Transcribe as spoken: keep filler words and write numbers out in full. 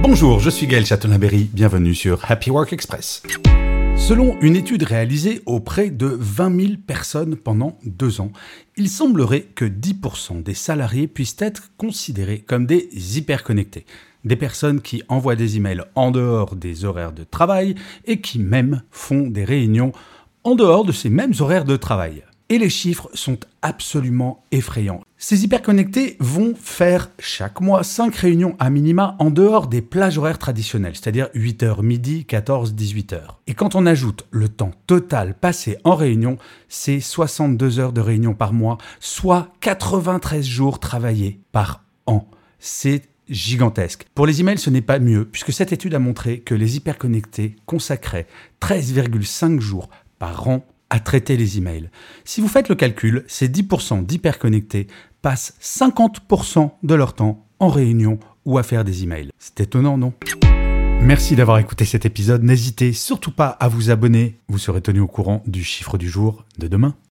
Bonjour, je suis Gaël Châtelain-Berry, bienvenue sur Happy Work Express. Selon une étude réalisée auprès de vingt mille personnes pendant deux ans, il semblerait que dix pour cent des salariés puissent être considérés comme des hyperconnectés. Des personnes qui envoient des emails en dehors des horaires de travail et qui même font des réunions en dehors de ces mêmes horaires de travail. Et les chiffres sont absolument effrayants. Ces hyperconnectés vont faire chaque mois cinq réunions à minima en dehors des plages horaires traditionnelles, c'est-à-dire huit heures midi, quatorze, dix-huit heures. Et quand on ajoute le temps total passé en réunion, c'est soixante-deux heures de réunion par mois, soit quatre-vingt-treize jours travaillés par an. C'est gigantesque. Pour les emails, ce n'est pas mieux, puisque cette étude a montré que les hyperconnectés consacraient treize virgule cinq jours par an à traiter les emails. Si vous faites le calcul, ces dix pour cent d'hyperconnectés passent cinquante pour cent de leur temps en réunion ou à faire des emails. C'est étonnant, non ? Merci d'avoir écouté cet épisode. N'hésitez surtout pas à vous abonner. Vous serez tenu au courant du chiffre du jour de demain.